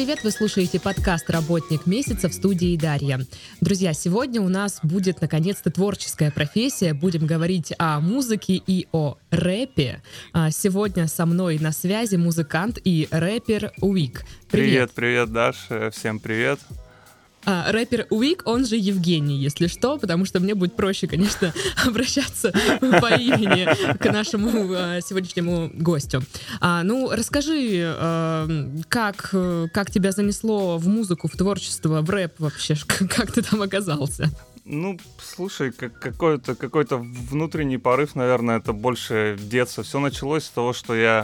Всем привет! Вы слушаете подкаст «Работник месяца» в студии Дарья. Друзья, сегодня у нас будет наконец-то творческая профессия. Будем говорить о музыке и о рэпе. Сегодня со мной на связи музыкант и рэпер Уик. Привет, Даш. Всем привет. Рэпер Уик, он же Евгений, если что, потому что мне будет проще, конечно, обращаться по имени к нашему сегодняшнему гостю. Расскажи, как тебя занесло в музыку, в творчество, в рэп вообще, как ты там оказался? Слушай, какой-то внутренний порыв, наверное, это больше детство. Все началось с того, что я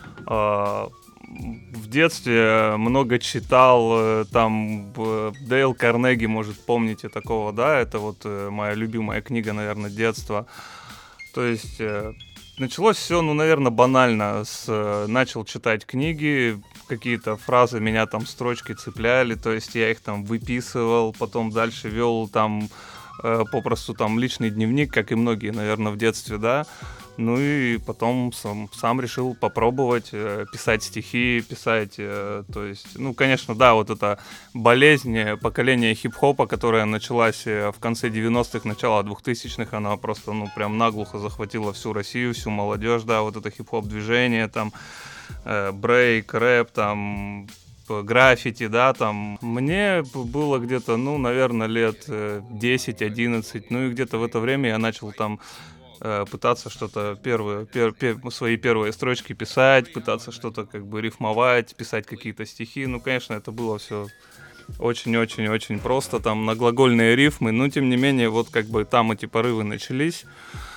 в детстве много читал, там Дейл Карнеги, может, помните такого, да, это вот моя любимая книга, наверное, детства. То есть началось все, наверное, банально. Начал читать книги, какие-то фразы меня там, строчки цепляли, то есть я их там выписывал, потом дальше вел там попросту там личный дневник, как и многие, наверное, в детстве, да. Ну и потом сам решил попробовать писать стихи, писать, то есть, конечно, да, вот эта болезнь поколения хип-хопа, которая началась в конце 90-х, начало 2000-х, она просто, прям наглухо захватила всю Россию, всю молодежь, да, вот это хип-хоп-движение, там, брейк, рэп, там, граффити, да, там. Мне было где-то, наверное, лет 10-11, и где-то в это время я начал там пытаться что-то свои первые строчки писать, пытаться что-то как бы рифмовать, писать какие-то стихи. Конечно, это было все очень-очень-очень просто, там на глагольные рифмы, но тем не менее вот как бы там эти порывы начались.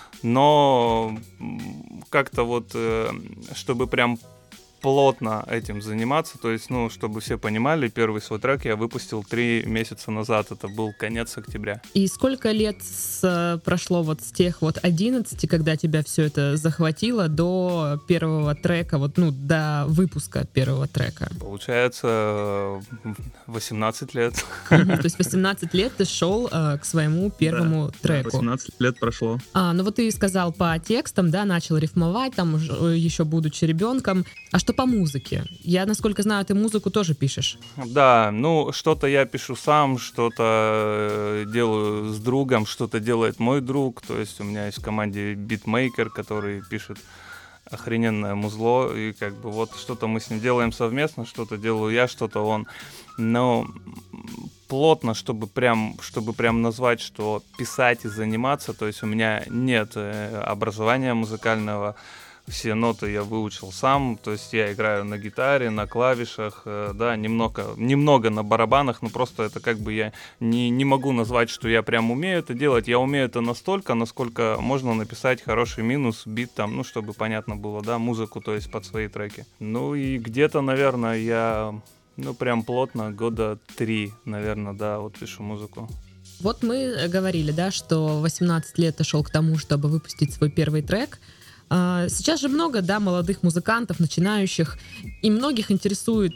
Но как-то вот, чтобы прям плотно этим заниматься, то есть, чтобы все понимали, первый свой трек я выпустил 3 месяца назад, это был конец октября. И сколько лет прошло вот с тех вот 11, когда тебя все это захватило, до первого трека, до выпуска первого трека? Получается, 18 лет. То есть 18 лет ты шел к своему первому треку. 18 лет прошло. Ты сказал по текстам, да, начал рифмовать, там еще будучи ребенком. А что по музыке? Я, насколько знаю, ты музыку тоже пишешь. Да, что-то я пишу сам, что-то делаю с другом, что-то делает мой друг. То есть у меня есть в команде битмейкер, который пишет охрененное музло, и как бы вот что-то мы с ним делаем совместно, что-то делаю я, что-то он. Но плотно, чтобы прям назвать, что писать и заниматься, то есть у меня нет образования музыкального. Все ноты я выучил сам, то есть я играю на гитаре, на клавишах, да, немного на барабанах, но просто это как бы я не могу назвать, что я прям умею это делать. Я умею это настолько, насколько можно написать хороший минус, бит там, чтобы понятно было, да, музыку, то есть под свои треки. И где-то, наверное, я, прям плотно, 3 года, наверное, да, вот пишу музыку. Вот мы говорили, да, что 18 лет ты шел к тому, чтобы выпустить свой первый трек. Сейчас же много, да, молодых музыкантов, начинающих, и многих интересует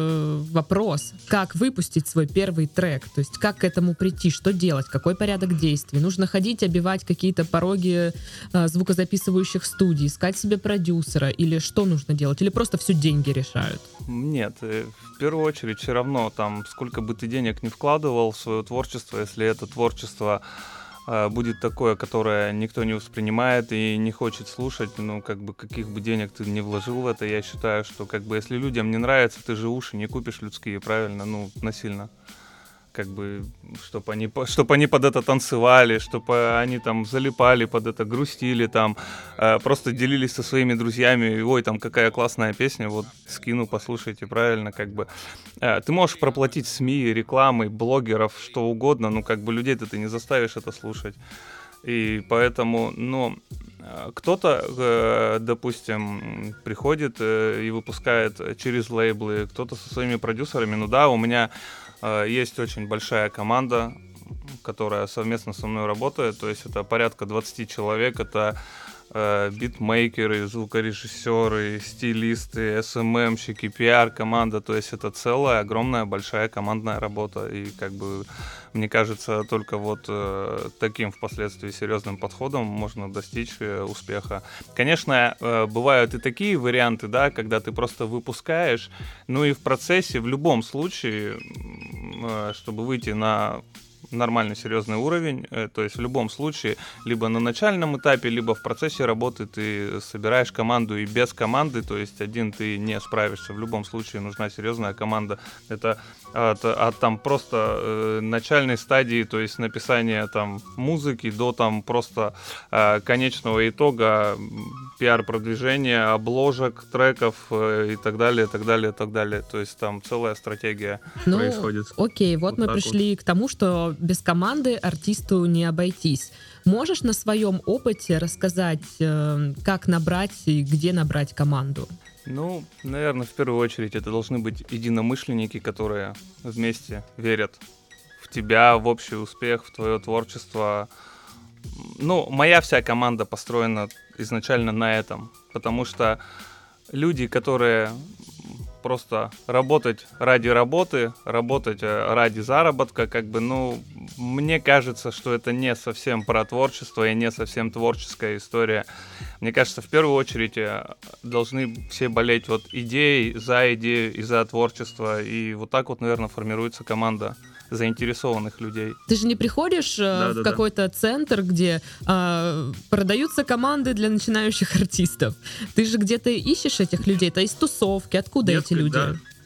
вопрос, как выпустить свой первый трек, то есть как к этому прийти, что делать, какой порядок действий. Нужно ходить, оббивать какие-то пороги звукозаписывающих студий, искать себе продюсера, или что нужно делать, или просто все деньги решают? Нет, в первую очередь все равно, там, сколько бы ты денег не вкладывал в свое творчество, если это творчество будет такое, которое никто не воспринимает и не хочет слушать, каких бы денег ты не вложил в это, я считаю, что если людям не нравится, ты же уши не купишь людские, правильно, насильно. Чтобы они под это танцевали, чтобы они там залипали под это, грустили там, просто делились со своими друзьями, ой, там какая классная песня, вот скину, послушайте, правильно, ты можешь проплатить СМИ, рекламой, блогеров, что угодно, людей-то ты не заставишь это слушать, и поэтому, кто-то, допустим, приходит и выпускает через лейблы, кто-то со своими продюсерами, у меня есть очень большая команда, которая совместно со мной работает, то есть это порядка 20 человек, это битмейкеры, звукорежиссеры, стилисты, SMM-щики, пиар-команда. То есть это целая огромная большая командная работа. И как бы мне кажется, только вот таким впоследствии серьезным подходом можно достичь успеха. Конечно, бывают и такие варианты, да, когда ты просто выпускаешь, ну и в процессе, в любом случае, чтобы выйти на нормальный, серьезный уровень, то есть в любом случае, либо на начальном этапе, либо в процессе работы ты собираешь команду, и без команды, то есть один ты не справишься. В любом случае нужна серьезная команда. Это от там просто начальной стадии, то есть написания там музыки, до там просто конечного итога, пиар-продвижения, обложек, треков и так далее, так далее, так далее. То есть там целая стратегия происходит. Окей, вот мы пришли к тому, что без команды артисту не обойтись. Можешь на своем опыте рассказать, как набрать и где набрать команду? Ну, наверное, в первую очередь это должны быть единомышленники, которые вместе верят в тебя, в общий успех, в твое творчество. Ну, моя вся команда построена изначально на этом, потому что люди, которые просто работать ради работы, работать ради заработка, как бы, ну, мне кажется, что это не совсем про творчество и не совсем творческая история. Мне кажется, в первую очередь должны все болеть вот идеей и за творчество, и вот так вот, наверное, формируется команда заинтересованных людей. Ты же не приходишь в какой-то центр, где продаются команды для начинающих артистов. Ты же где-то ищешь этих людей, то есть тусовки, откуда эти люди?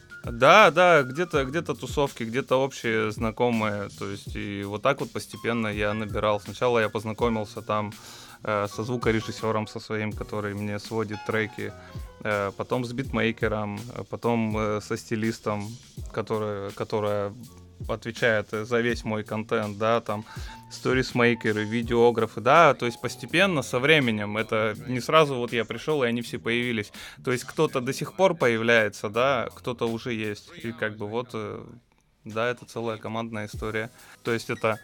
Да, где-то тусовки, где-то общие знакомые, то есть и вот так вот постепенно я набирал. Сначала я познакомился там со звукорежиссером со своим, который мне сводит треки, потом с битмейкером, потом со стилистом, которая отвечает за весь мой контент, да, там, сторисмейкеры, видеографы, да, то есть постепенно, со временем, это не сразу вот я пришел, и они все появились, то есть кто-то до сих пор появляется, да, кто-то уже есть, и как бы вот, да, это целая командная история, то есть это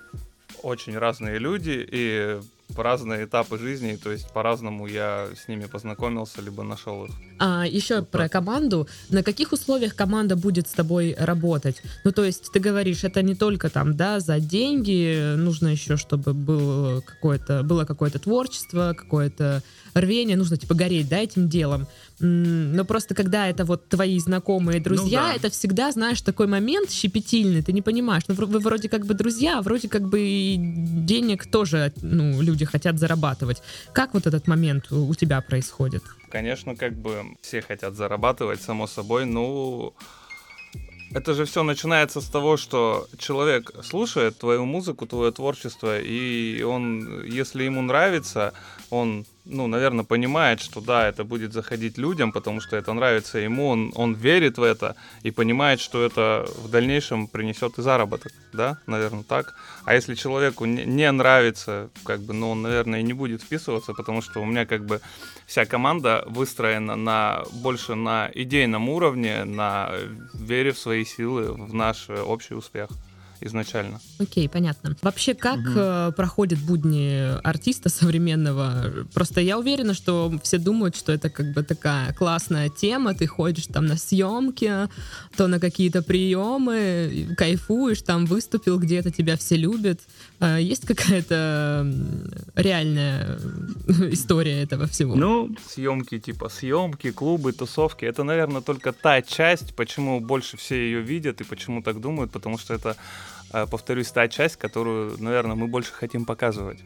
очень разные люди, и разные этапы жизни, то есть по-разному я с ними познакомился, либо нашел их. Еще вот про команду. На каких условиях команда будет с тобой работать? Ну, то есть ты говоришь, это не только там, да, за деньги, нужно еще, чтобы было какое-то творчество, какое-то рвение, нужно типа гореть, да, этим делом. Но просто когда это вот твои знакомые друзья, ну, да, это всегда, знаешь, такой момент щепетильный, ты не понимаешь, ну, вы вроде как бы друзья, а вроде как бы и денег тоже, ну, люди хотят зарабатывать. Как вот этот момент у тебя происходит? Конечно, как бы все хотят зарабатывать, само собой, ну, это же все начинается с того, что человек слушает твою музыку, твое творчество, и он, если ему нравится, он, ну, наверное, понимает, что да, это будет заходить людям, потому что это нравится ему, он верит в это и понимает, что это в дальнейшем принесет и заработок, да, наверное, так. А если человеку не нравится, как бы, ну, он, наверное, и не будет вписываться, потому что у меня как бы вся команда выстроена больше на идейном уровне, на вере в свои силы, в наш общий успех изначально. Окей, понятно. Вообще, как проходят будни артиста современного? Просто я уверена, что все думают, что это как бы такая классная тема, ты ходишь там на съемки, то на какие-то приемы, кайфуешь, там выступил где-то, тебя все любят. Есть какая-то реальная история этого всего? Ну, съемки, клубы, тусовки, это, наверное, только та часть, почему больше все ее видят и почему так думают, потому что это, повторюсь, та часть, которую, наверное, мы больше хотим показывать.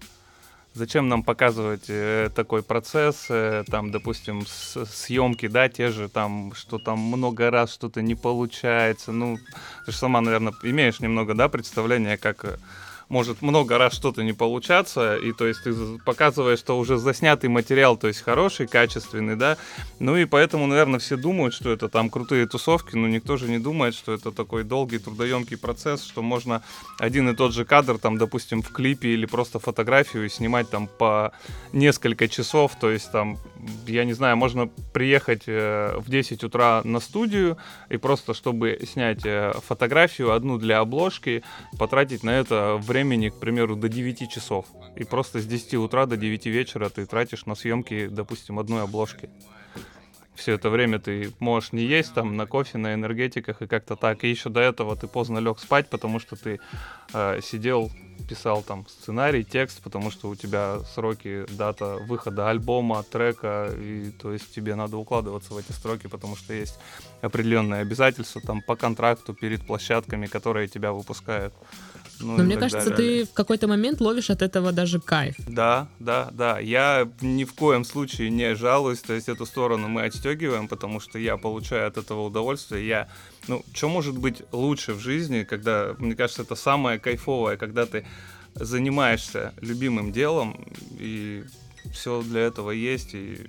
Зачем нам показывать такой процесс, там, допустим, съемки, да, те же, там, что там много раз что-то не получается, ну, ты же сама, наверное, имеешь немного, да, представления, как может много раз что-то не получаться, и то есть ты показываешь, что уже заснятый материал, то есть хороший, качественный, да, ну и поэтому, наверное, все думают, что это там крутые тусовки, но никто же не думает, что это такой долгий, трудоемкий процесс, что можно один и тот же кадр, там, допустим, в клипе или просто фотографию снимать там по несколько часов, то есть там, я не знаю, можно приехать в 10 утра на студию и просто, чтобы снять фотографию одну для обложки, потратить на это время времени, к примеру, до 9 часов. И просто с 10 утра до 9 вечера ты тратишь на съемки, допустим, одной обложки. Все это время ты можешь не есть там на кофе, на энергетиках и как-то так. И еще до этого ты поздно лег спать, потому что ты сидел, писал там сценарий, текст, потому что у тебя сроки, дата выхода альбома, трека, и то есть тебе надо укладываться в эти сроки, потому что есть определенные обязательства там по контракту перед площадками, которые тебя выпускают. Но мне кажется, ты в какой-то момент ловишь от этого даже кайф. Да. Я ни в коем случае не жалуюсь, то есть эту сторону мы отстегиваем, потому что я получаю от этого удовольствие. Что может быть лучше в жизни, когда, мне кажется, это самое кайфовое, когда ты занимаешься любимым делом, и все для этого есть, и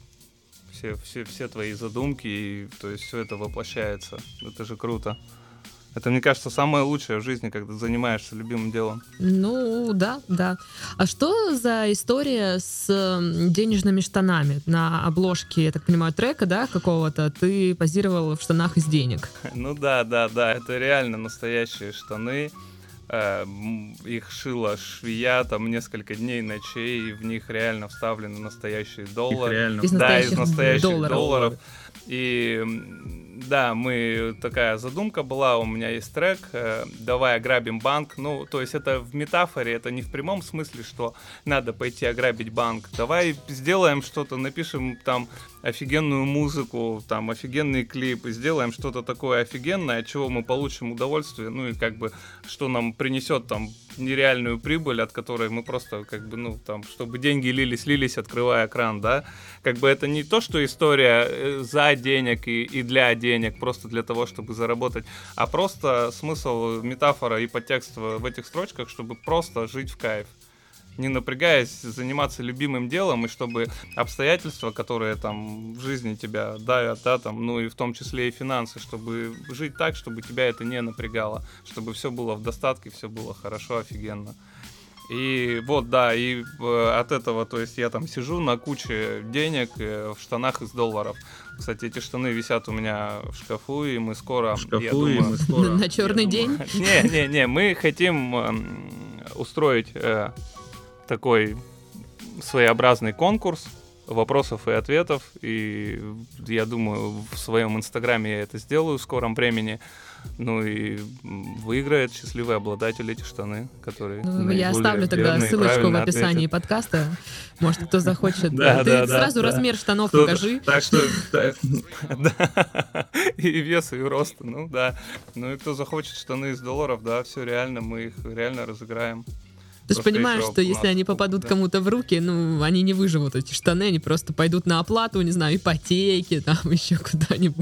все твои задумки, и то есть все это воплощается. Это же круто. Это, мне кажется, самое лучшее в жизни, когда занимаешься любимым делом. Ну, да. А что за история с денежными штанами? На обложке, я так понимаю, трека, да, какого-то, ты позировал в штанах из денег. Ну да, это реально настоящие штаны. Их шила швея там несколько дней, ночей, и в них реально вставлены настоящие доллары. Из настоящих долларов. И да, такая задумка была, у меня есть трек «Давай ограбим банк». Ну, то есть это в метафоре, это не в прямом смысле, что надо пойти ограбить банк. Давай сделаем что-то, напишем там офигенную музыку, там офигенный клип, и сделаем что-то такое офигенное, от чего мы получим удовольствие, ну и как бы, что нам принесет там нереальную прибыль, от которой мы просто как бы, чтобы деньги лились, открывая кран, да, как бы это не то, что история за денег и для денег, просто для того, чтобы заработать, а просто смысл, метафора и подтекст в этих строчках, чтобы просто жить в кайф, не напрягаясь, заниматься любимым делом, и чтобы обстоятельства, которые там в жизни тебя давят, да, там, ну и в том числе и финансы, чтобы жить так, чтобы тебя это не напрягало, чтобы все было в достатке, все было хорошо, офигенно. И вот, да, и от этого, то есть я там сижу на куче денег в штанах из долларов. Кстати, эти штаны висят у меня в шкафу, и мы скоро... На черный день? Не, мы хотим устроить такой своеобразный конкурс вопросов и ответов, и я думаю, в своем инстаграме я это сделаю в скором времени. Ну и выиграет счастливый обладатель эти штаны, которые... Я оставлю тогда ссылочку в описании подкаста. Может, кто захочет. Ты сразу размер штанов покажи. Так что... И вес, и рост, ну да. Ну и кто захочет штаны из долларов, да, все реально, мы их реально разыграем. Ты же понимаешь, что если они попадут кому-то в руки, они не выживут, эти штаны, они просто пойдут на оплату, не знаю, ипотеки, там еще куда-нибудь.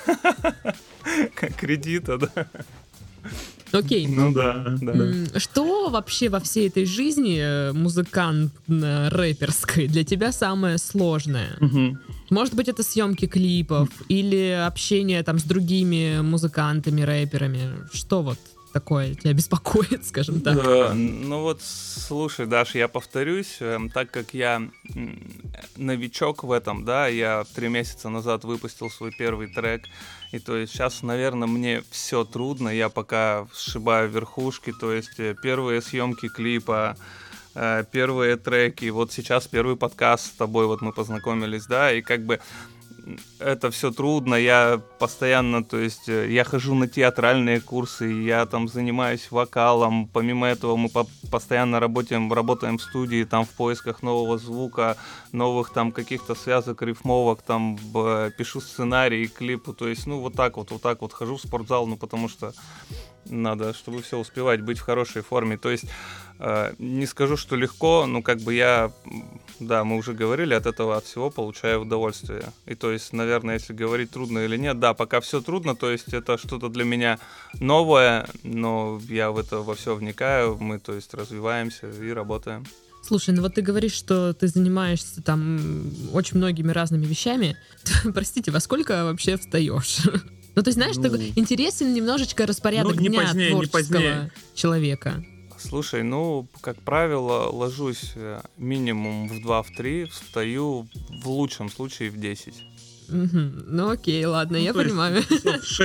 Кредита, да. Окей. Ну да. Что вообще во всей этой жизни музыкантно-рэперской для тебя самое сложное? Может быть, это съемки клипов или общение там с другими музыкантами, рэперами? Что вот такое тебя беспокоит, скажем так? Ну вот, слушай, Даш, я повторюсь, так как я новичок в этом, да, я 3 месяца назад выпустил свой первый трек, и то есть сейчас, наверное, мне все трудно, я пока сшибаю верхушки, то есть первые съемки клипа, первые треки, вот сейчас первый подкаст с тобой, вот мы познакомились, да, и как бы это все трудно, я постоянно, то есть я хожу на театральные курсы, я там занимаюсь вокалом, помимо этого мы постоянно работаем в студии, там в поисках нового звука, новых там каких-то связок, рифмовок, там пишу сценарий, клипу, то есть вот так вот хожу в спортзал, потому что надо, чтобы все успевать, быть в хорошей форме, то есть не скажу, что легко, но как бы я, да, мы уже говорили, от этого от всего получаю удовольствие. И то есть, наверное, если говорить трудно или нет, да, пока все трудно, то есть это что-то для меня новое, но я в это во все вникаю, мы, то есть, развиваемся и работаем. Слушай, ну вот ты говоришь, что ты занимаешься там очень многими разными вещами. Простите, во сколько вообще встаешь? Ну, ты знаешь, интересен немножечко распорядок дня творческого человека. Слушай, как правило, ложусь минимум в 2-3, встаю в лучшем случае в 10. Ну окей, ладно, я понимаю.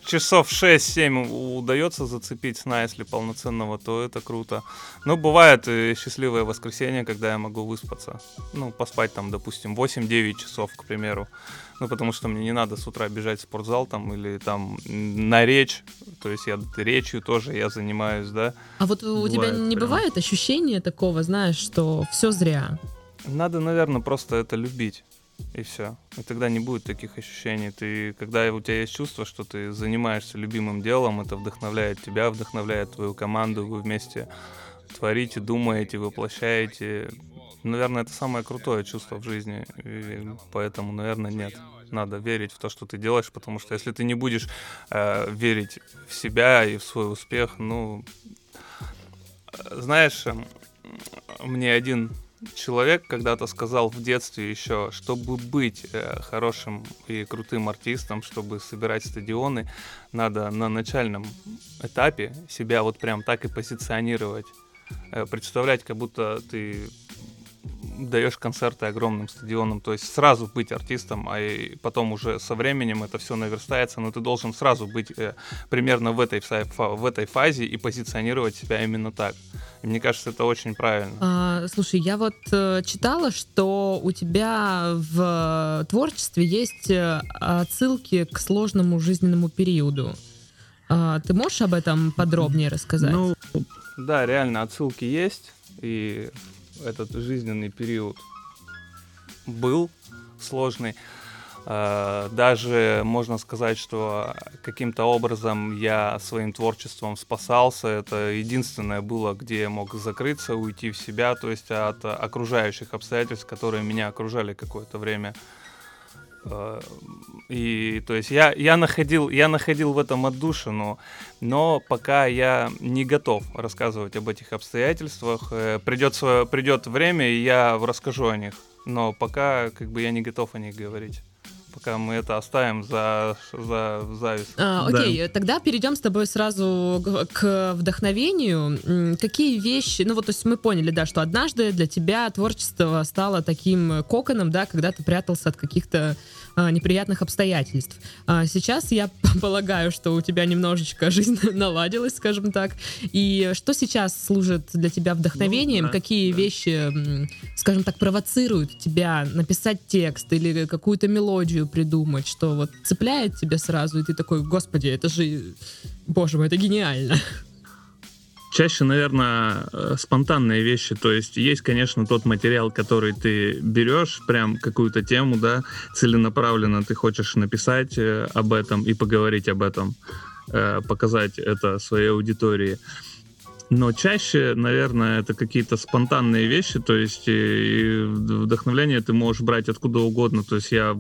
часов 6-7 удается зацепить сна, если полноценного, то это круто. Но бывает и счастливое воскресенье, когда я могу выспаться. Ну, поспать там, допустим, 8-9 часов, к примеру. Ну, потому что мне не надо с утра бежать в спортзал там или там на речь. То есть речью тоже я занимаюсь, да. А вот у тебя не бывает ощущения такого, знаешь, что все зря? Надо, наверное, просто это любить. И все. И тогда не будет таких ощущений. Когда у тебя есть чувство, что ты занимаешься любимым делом, это вдохновляет тебя, вдохновляет твою команду, вы вместе творите, думаете, воплощаете. Наверное, это самое крутое чувство в жизни. И поэтому, наверное, нет. Надо верить в то, что ты делаешь, потому что если ты не будешь верить в себя и в свой успех, знаешь, мне один человек когда-то сказал в детстве еще, чтобы быть хорошим и крутым артистом, чтобы собирать стадионы, надо на начальном этапе себя вот прям так и позиционировать. Представлять, как будто ты даешь концерты огромным стадионам, то есть сразу быть артистом, а и потом уже со временем это все наверстается, но ты должен сразу быть примерно в этой фазе и позиционировать себя именно так. И мне кажется, это очень правильно. Слушай, я вот читала, что у тебя в творчестве есть отсылки к сложному жизненному периоду. Ты можешь об этом подробнее рассказать? Да, реально отсылки есть, и этот жизненный период был сложный. Даже можно сказать, что каким-то образом я своим творчеством спасался. Это единственное было, где я мог закрыться, уйти в себя, то есть от окружающих обстоятельств, которые меня окружали какое-то время. И то есть я находил в этом отдушину, но пока я не готов рассказывать об этих обстоятельствах. Придет время, и я расскажу о них. Но пока я не готов о них говорить. Пока мы это оставим за зависть. Окей, да. Тогда перейдем с тобой сразу к вдохновению. Какие вещи, то есть мы поняли, да, что однажды для тебя творчество стало таким коконом, да, когда ты прятался от каких-то неприятных обстоятельств. Сейчас я полагаю, что у тебя немножечко жизнь наладилась, скажем так. И что сейчас служит для тебя вдохновением? Какие вещи, скажем так, провоцируют тебя написать текст или какую-то мелодию придумать, что вот цепляет тебя сразу, и ты такой: господи, это же, боже мой, это гениально. Чаще, наверное, спонтанные вещи. То есть, конечно, тот материал, который ты берешь, прям какую-то тему, да, целенаправленно ты хочешь написать об этом и поговорить об этом, показать это своей аудитории. Но чаще, наверное, это какие-то спонтанные вещи, то есть вдохновление ты можешь брать откуда угодно. То есть я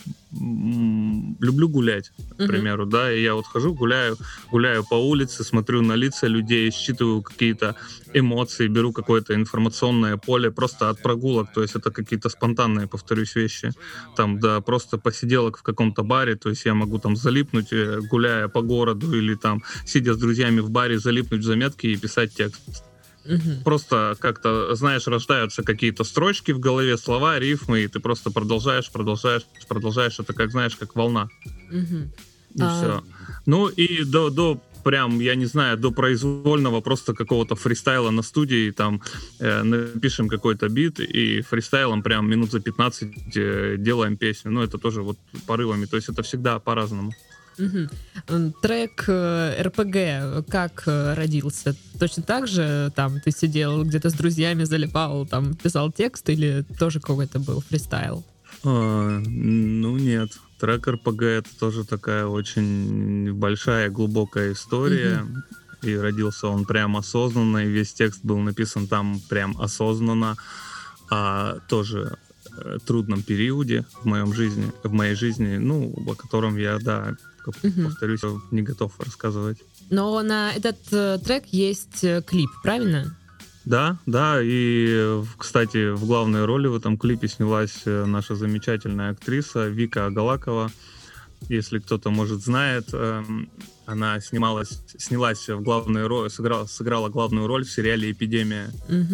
люблю гулять, к примеру, да, и я вот хожу, гуляю по улице, смотрю на лица людей, считываю какие-то эмоции, беру какое-то информационное поле просто от прогулок, то есть это какие-то спонтанные, повторюсь, вещи. Там, да, просто посиделок в каком-то баре, то есть я могу там залипнуть, гуляя по городу, или там, сидя с друзьями в баре, залипнуть в заметки и писать текст. Просто как-то, знаешь, рождаются какие-то строчки в голове, слова, рифмы, и ты просто продолжаешь. Это как, знаешь, как волна. И все. Ну и до прям, я не знаю, до произвольного просто какого-то фристайла на студии, там напишем какой-то бит и фристайлом прям минут за 15 делаем песню. Ну это тоже вот порывами, то есть это всегда по-разному. Трек РПГ как родился? Точно так же там ты сидел где-то с друзьями, залипал, там писал текст, или тоже какой-то был фристайл? Ну нет, трек РПГ — это тоже такая очень большая, глубокая история. И родился он прям осознанно, и весь текст был написан там прям осознанно, тоже трудном периоде в моей жизни, ну, о котором я, да, повторюсь, не готов рассказывать. Но на этот трек есть клип, правильно? Да, и, кстати, в главной роли в этом клипе снялась наша замечательная актриса Вика Агалакова. Если кто-то, может, знает, она снялась в главной роли, сыграла главную роль в сериале «Эпидемия».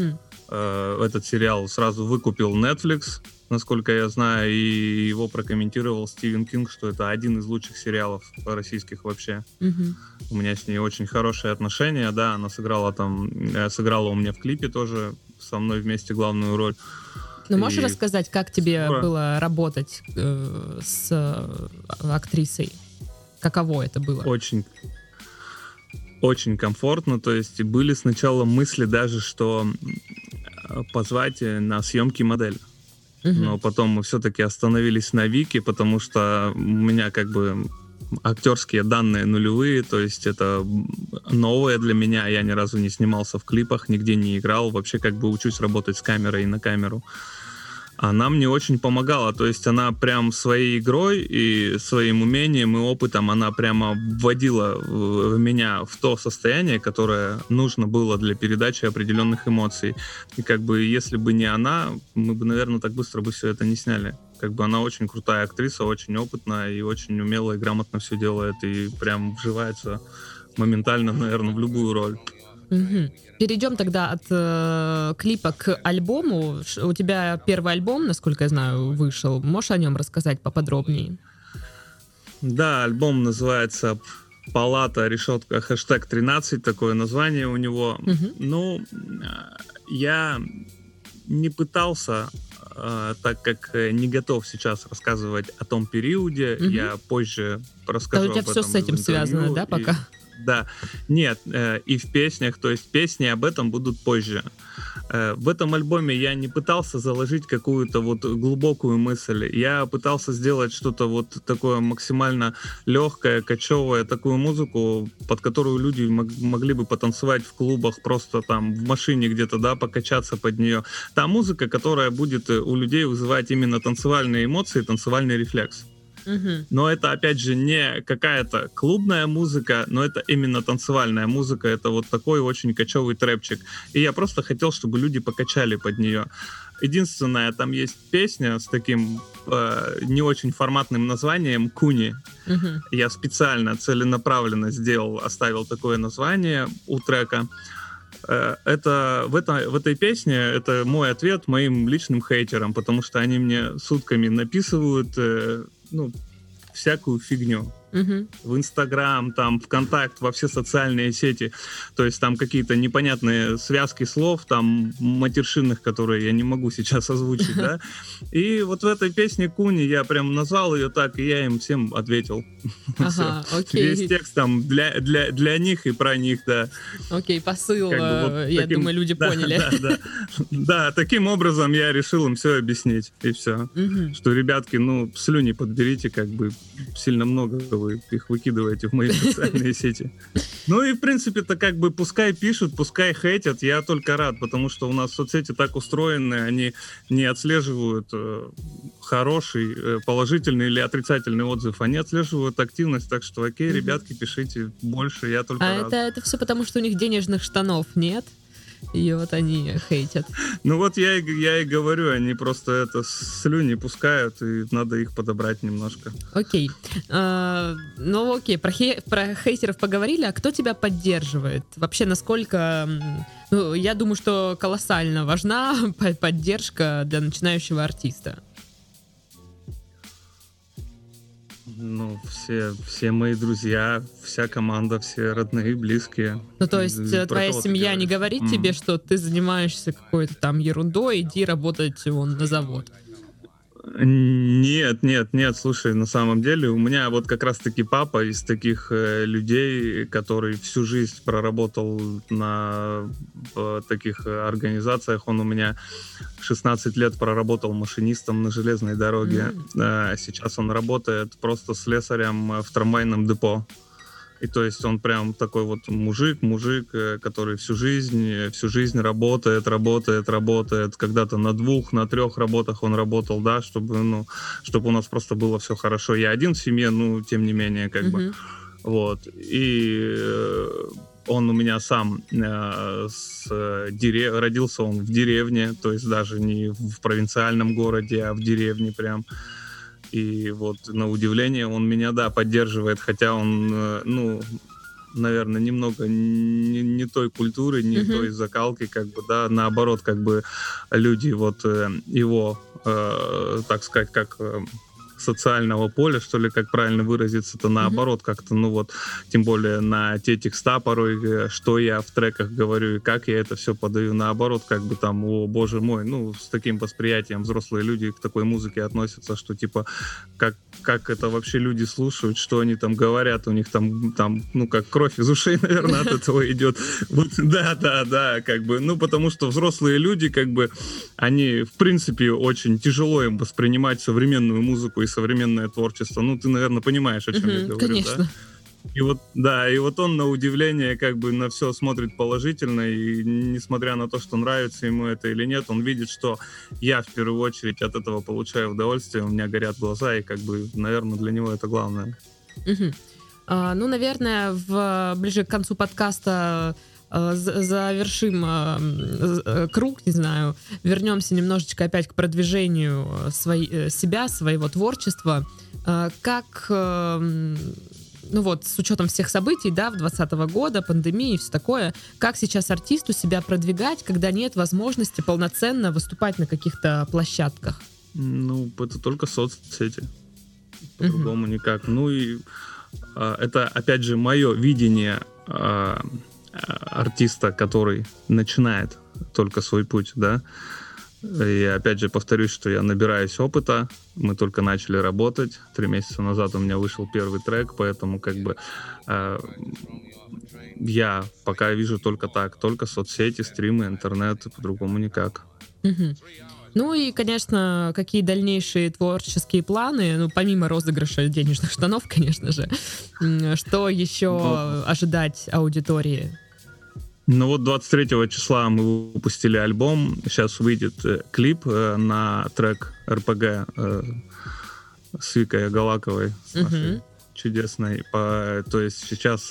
этот сериал сразу выкупил Netflix, насколько я знаю, и его прокомментировал Стивен Кинг, что это один из лучших сериалов российских вообще. Мгм. У меня с ней очень хорошие отношения, да, она сыграла у меня в клипе тоже со мной вместе главную роль. Ну, можешь И рассказать, как тебе скоро- было работать с актрисой? Каково это было? Очень, очень комфортно, то есть были сначала мысли даже, что позвать на съемки модель. Мгм. Но потом мы все-таки остановились на Вике, потому что у меня как бы актерские данные нулевые, то есть это новое для меня, я ни разу не снимался в клипах, нигде не играл, вообще как бы учусь работать с камерой и на камеру. Она мне очень помогала, то есть она прям своей игрой и своим умением и опытом, она прямо вводила в меня в то состояние, которое нужно было для передачи определенных эмоций. И как бы если бы не она, мы бы, наверное, так быстро бы все это не сняли. Как бы она очень крутая актриса, очень опытная и очень умело и грамотно все делает, и прям вживается моментально, наверное, в любую роль. Мгм. Перейдем тогда от клипа к альбому. У тебя первый альбом, насколько я знаю, вышел. Можешь о нем рассказать поподробнее? Да, альбом называется «Палата, решетка, хэштег 13», такое название у него. Мгм. Ну, я не пытался, так как не готов сейчас рассказывать о том периоде, Мгм. я позже Да, расскажу у тебя об все этом с в этим связано, интервью. да, пока? Да, нет, и в песнях, то есть песни об этом будут позже. В этом альбоме я не пытался заложить какую-то вот глубокую мысль, я пытался сделать что-то вот такое максимально легкое, кочевое, такую музыку, под которую люди могли бы потанцевать в клубах, просто там в машине где-то, да, покачаться под нее. Та музыка, которая будет у людей вызывать именно танцевальные эмоции, танцевальный рефлекс. Мгм. Но это, опять же, не какая-то клубная музыка, но это именно танцевальная музыка. Это вот такой очень кочевый трэпчик. И я просто хотел, чтобы люди покачали под нее. Единственное, там есть песня с таким не очень форматным названием «Куни». Мгм. Я специально, целенаправленно оставил такое название у трека. В этой песне это мой ответ моим личным хейтерам, потому что они мне сутками написывают всякую фигню. Мгм. В Инстаграм, там, ВКонтакт, во все социальные сети. То есть там какие-то непонятные связки слов, там, матершинных, которые я не могу сейчас озвучить, да. И вот в этой песне «Куни» я прям назвал ее так, и я им всем ответил. Все. Ага, Весь окей. текст там для них и про них, да. Окей, посыл, Как бы вот я таким- думаю, люди да, поняли. Да. Да, таким образом я решил им все объяснить, и все. Мгм. Что, ребятки, слюни подберите, как бы сильно много вы их выкидываете в мои социальные сети. Ну и, в принципе-то, как бы пускай пишут, пускай хейтят, я только рад, потому что у нас соцсети так устроены, они не отслеживают хороший, положительный или отрицательный отзыв, они отслеживают активность, так что окей, Мгм. ребятки, пишите больше, я только А рад. это все потому, что у них денежных штанов нет, и вот они хейтят. Ну вот я и говорю, они просто слюни пускают, и надо их подобрать немножко. Окей. Ну окей, про хейтеров поговорили, а кто тебя поддерживает? Вообще, насколько... Ну, я думаю, что колоссально важна поддержка для начинающего артиста. Ну, все мои друзья, вся команда, все родные, близкие. Ну, то есть Про твоя кого ты семья не говоришь? говорит тебе, что ты занимаешься какой-то там ерундой, иди работать вон на завод. Нет, слушай, на самом деле у меня вот как раз-таки папа из таких людей, который всю жизнь проработал в таких организациях. Он у меня 16 лет проработал машинистом на железной дороге. Сейчас он работает просто слесарем в трамвайном депо. И то есть он прям такой вот мужик, который всю жизнь работает. Когда-то на 2, на 3 работах он работал, да, чтобы у нас просто было все хорошо. Я один в семье, тем не менее, как бы. Вот. И он у меня сам родился он в деревне, то есть даже не в провинциальном городе, а в деревне прям. И вот на удивление он меня, да, поддерживает, хотя он, наверное, немного не той культуры, не той закалки, как бы, да, наоборот, как бы люди вот его, так сказать, как социального поля, что ли, как правильно выразиться, то наоборот как-то, ну вот, тем более на те текста порой, что я в треках говорю и как я это все подаю, наоборот, как бы там, о боже мой, ну, с таким восприятием взрослые люди к такой музыке относятся, что типа, как это вообще люди слушают, что они там говорят, у них там, ну, как кровь из ушей, наверное, от этого идет. Вот, да, как бы, ну, потому что взрослые люди, как бы, они, в принципе, очень тяжело им воспринимать современную музыку и современное творчество. Ну, ты, наверное, понимаешь, о чем я говорю, конечно. Да? И вот он, на удивление, как бы на все смотрит положительно, и несмотря на то, что нравится ему это или нет, он видит, что я в первую очередь от этого получаю удовольствие, у меня горят глаза, и как бы, наверное, для него это главное. Ну, наверное, ближе к концу подкаста завершим круг, не знаю, вернемся немножечко опять к продвижению себя, своего творчества. Как, ну вот, с учетом всех событий, да, 2020 года, пандемии и все такое, как сейчас артисту себя продвигать, когда нет возможности полноценно выступать на каких-то площадках? Ну, это только соцсети. По-другому никак. Ну и это, опять же, мое видение артиста, который начинает только свой путь, да. И опять же повторюсь, что я набираюсь опыта, мы только начали работать, 3 месяца назад у меня вышел первый трек, поэтому как бы я пока вижу только так, только соцсети, стримы, интернет, по-другому никак. Ну и, конечно, какие дальнейшие творческие планы, ну, помимо розыгрыша денежных штанов, конечно же, что еще ожидать аудитории? Ну вот 23 числа мы выпустили альбом, сейчас выйдет клип на трек РПГ с Викой Галаковой, с нашей чудесной. То есть сейчас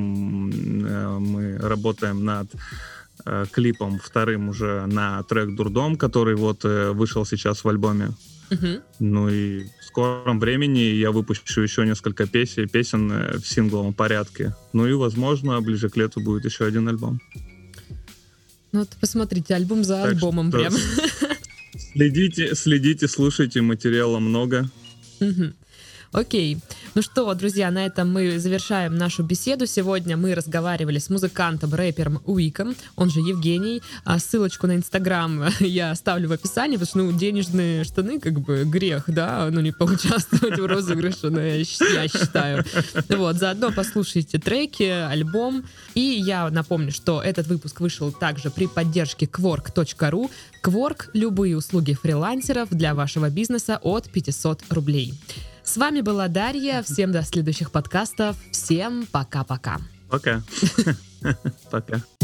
мы работаем над клипом вторым уже на трек «Дурдом», который вот вышел сейчас в альбоме. Ну и в скором времени я выпущу еще несколько песен в сингловом порядке. Ну и, возможно, ближе к лету будет еще один альбом. Ну вот посмотрите, альбом за так альбомом прям. Следите, слушайте, материала много. Окей. Ну что, друзья, на этом мы завершаем нашу беседу. Сегодня мы разговаривали с музыкантом, рэпером Уиком, он же Евгений. Ссылочку на Инстаграм я оставлю в описании, потому что, ну, денежные штаны, как бы, грех, да, ну, не поучаствовать в розыгрыше, но я считаю. Вот, заодно послушайте треки, альбом. И я напомню, что этот выпуск вышел также при поддержке Quark.ru. Quark — любые услуги фрилансеров для вашего бизнеса от 500 рублей. С вами была Дарья. Всем до следующих подкастов. Всем пока-пока. Пока. Пока.